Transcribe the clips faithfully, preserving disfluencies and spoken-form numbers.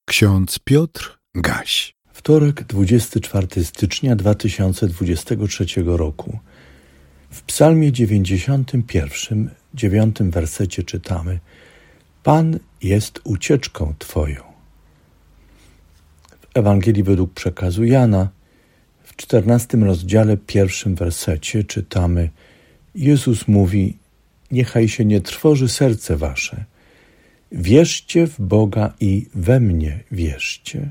Ksiądz Piotr Gaś. Wtorek, dwudziestego czwartego stycznia dwa tysiące dwudziestego trzeciego roku. W Psalmie dziewięćdziesiątym pierwszym, dziewiątym wersecie czytamy: Pan jest ucieczką Twoją. W Ewangelii według przekazu Jana, w czternastym rozdziale, pierwszym wersecie czytamy: Jezus mówi: niechaj się nie trwoży serce wasze. Wierzcie w Boga i we mnie wierzcie.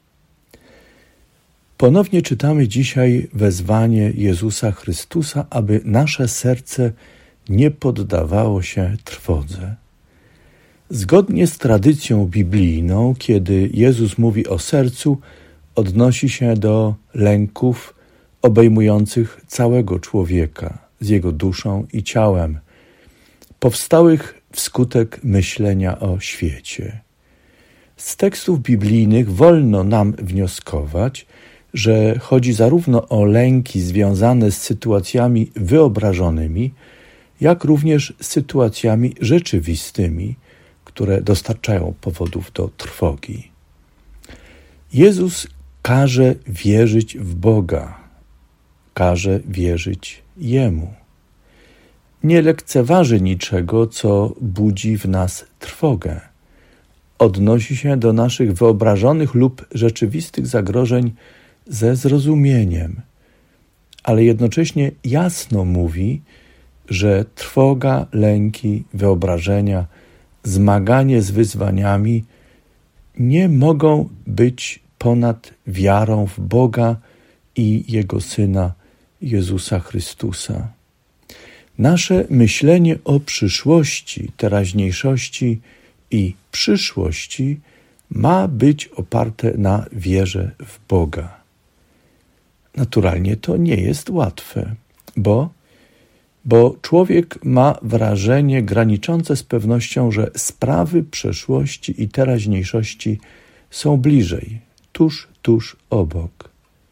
Ponownie czytamy dzisiaj wezwanie Jezusa Chrystusa, aby nasze serce nie poddawało się trwodze. Zgodnie z tradycją biblijną, kiedy Jezus mówi o sercu, odnosi się do lęków obejmujących całego człowieka z jego duszą i ciałem, powstałych wskutek myślenia o świecie. Z tekstów biblijnych wolno nam wnioskować, że chodzi zarówno o lęki związane z sytuacjami wyobrażonymi, jak również z sytuacjami rzeczywistymi, które dostarczają powodów do trwogi. Jezus każe wierzyć w Boga, każe wierzyć Jemu. Nie lekceważy niczego, co budzi w nas trwogę. Odnosi się do naszych wyobrażonych lub rzeczywistych zagrożeń ze zrozumieniem, ale jednocześnie jasno mówi, że trwoga, lęki, wyobrażenia, zmaganie z wyzwaniami nie mogą być ponad wiarą w Boga i Jego Syna, Jezusa Chrystusa. Nasze myślenie o przyszłości, teraźniejszości i przyszłości ma być oparte na wierze w Boga. Naturalnie to nie jest łatwe, bo, bo człowiek ma wrażenie graniczące z pewnością, że sprawy przeszłości i teraźniejszości są bliżej, tuż, tuż obok.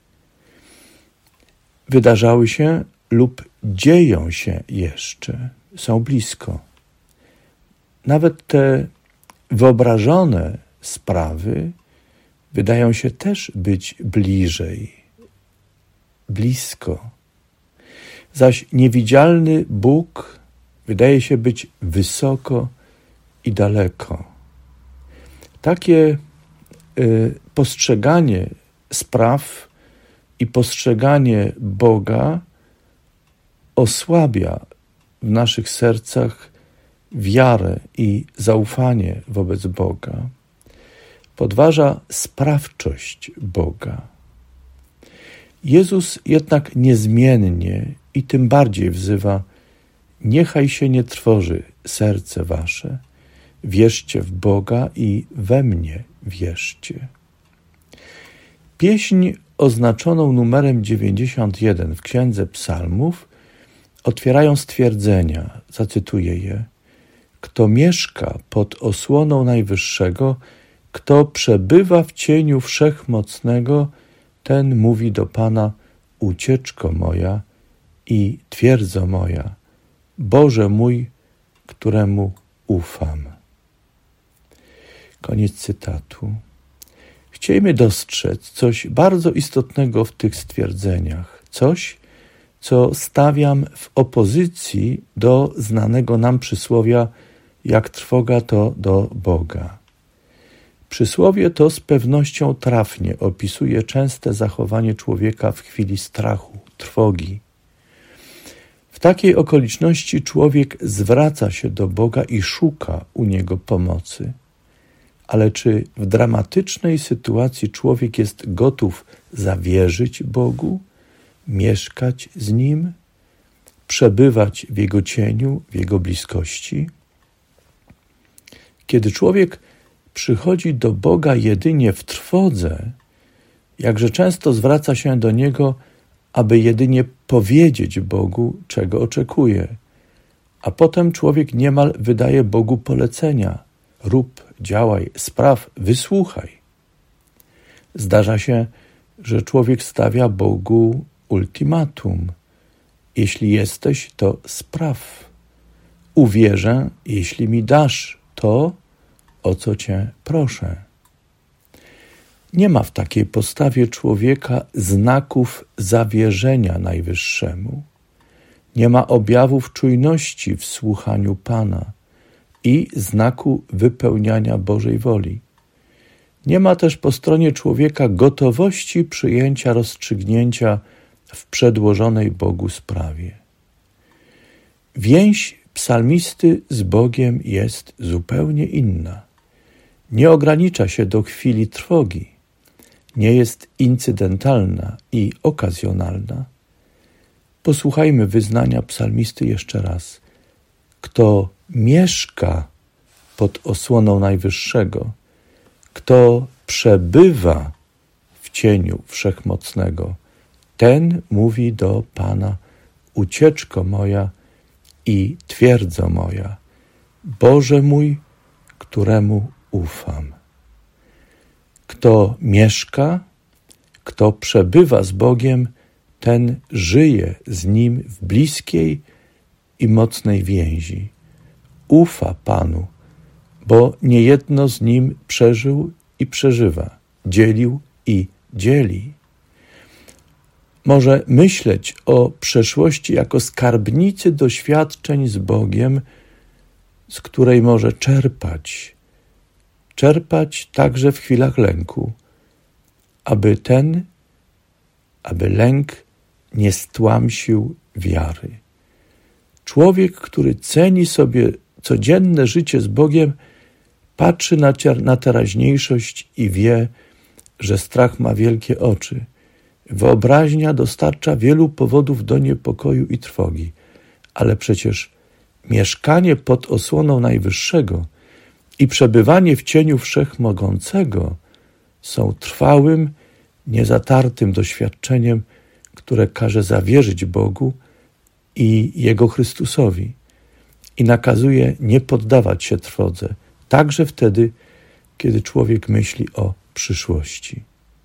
Wydarzały się lub dzieją się jeszcze, są blisko. Nawet te wyobrażone sprawy wydają się też być bliżej, blisko. Zaś niewidzialny Bóg wydaje się być wysoko i daleko. Takie y, postrzeganie spraw i postrzeganie Boga osłabia w naszych sercach wiarę i zaufanie wobec Boga. Podważa sprawczość Boga. Jezus jednak niezmiennie i tym bardziej wzywa: niechaj się nie trwoży serce wasze, wierzcie w Boga i we mnie wierzcie. Pieśń oznaczoną numerem dziewięćdziesiąt jeden w Księdze Psalmów otwierają stwierdzenia, zacytuję je: kto mieszka pod osłoną Najwyższego, kto przebywa w cieniu Wszechmocnego, ten mówi do Pana: ucieczko moja i twierdzo moja, Boże mój, któremu ufam. Koniec cytatu. Chciejmy dostrzec coś bardzo istotnego w tych stwierdzeniach, coś, co stawiam w opozycji do znanego nam przysłowia: jak trwoga, to do Boga. Przysłowie to z pewnością trafnie opisuje częste zachowanie człowieka w chwili strachu, trwogi. W takiej okoliczności człowiek zwraca się do Boga i szuka u Niego pomocy. Ale czy w dramatycznej sytuacji człowiek jest gotów zawierzyć Bogu, mieszkać z Nim, przebywać w Jego cieniu, w Jego bliskości? Kiedy człowiek przychodzi do Boga jedynie w trwodze, jakże często zwraca się do Niego, aby jedynie powiedzieć Bogu, czego oczekuje, a potem człowiek niemal wydaje Bogu polecenia: rób, działaj, spraw, wysłuchaj. Zdarza się, że człowiek stawia Bogu ultimatum: jeśli jesteś, to spraw. Uwierzę, jeśli mi dasz to, o co Cię proszę. Nie ma w takiej postawie człowieka znaków zawierzenia Najwyższemu. Nie ma objawów czujności w słuchaniu Pana i znaku wypełniania Bożej woli. Nie ma też po stronie człowieka gotowości przyjęcia rozstrzygnięcia w przedłożonej Bogu sprawie. Więź psalmisty z Bogiem jest zupełnie inna. Nie ogranicza się do chwili trwogi. Nie jest incydentalna i okazjonalna. Posłuchajmy wyznania psalmisty jeszcze raz. Kto mieszka pod osłoną Najwyższego, kto przebywa w cieniu Wszechmocnego, ten mówi do Pana: ucieczko moja i twierdzo moja, Boże mój, któremu ufam. Kto mieszka, kto przebywa z Bogiem, ten żyje z Nim w bliskiej i mocnej więzi. Ufa Panu, bo niejedno z Nim przeżył i przeżywa, dzielił i dzieli. Może myśleć o przeszłości jako skarbnicy doświadczeń z Bogiem, z której może czerpać, czerpać także w chwilach lęku, aby ten, aby lęk nie stłamsił wiary. Człowiek, który ceni sobie codzienne życie z Bogiem, patrzy na, cier- na teraźniejszość i wie, że strach ma wielkie oczy. Wyobraźnia dostarcza wielu powodów do niepokoju i trwogi, ale przecież mieszkanie pod osłoną Najwyższego i przebywanie w cieniu Wszechmogącego są trwałym, niezatartym doświadczeniem, które każe zawierzyć Bogu i Jego Chrystusowi i nakazuje nie poddawać się trwodze, także wtedy, kiedy człowiek myśli o przyszłości.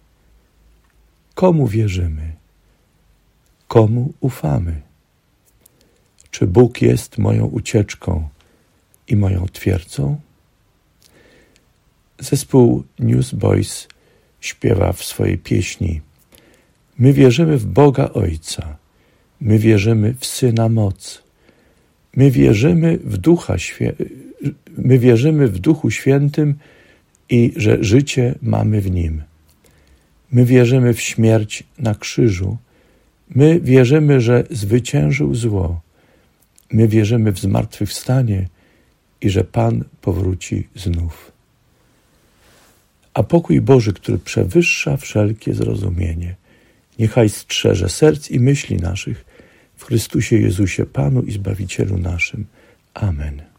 Komu wierzymy? Komu ufamy? Czy Bóg jest moją ucieczką i moją twierdzą? Zespół Newsboys śpiewa w swojej pieśni: my wierzymy w Boga Ojca, my wierzymy w Syna moc, my wierzymy w Ducha Świę... my wierzymy w Duchu Świętym i że życie mamy w Nim. My wierzymy w śmierć na krzyżu, my wierzymy, że zwyciężył zło, my wierzymy w zmartwychwstanie i że Pan powróci znów. A pokój Boży, który przewyższa wszelkie zrozumienie, niechaj strzeże serc i myśli naszych w Chrystusie Jezusie, Panu i Zbawicielu naszym. Amen.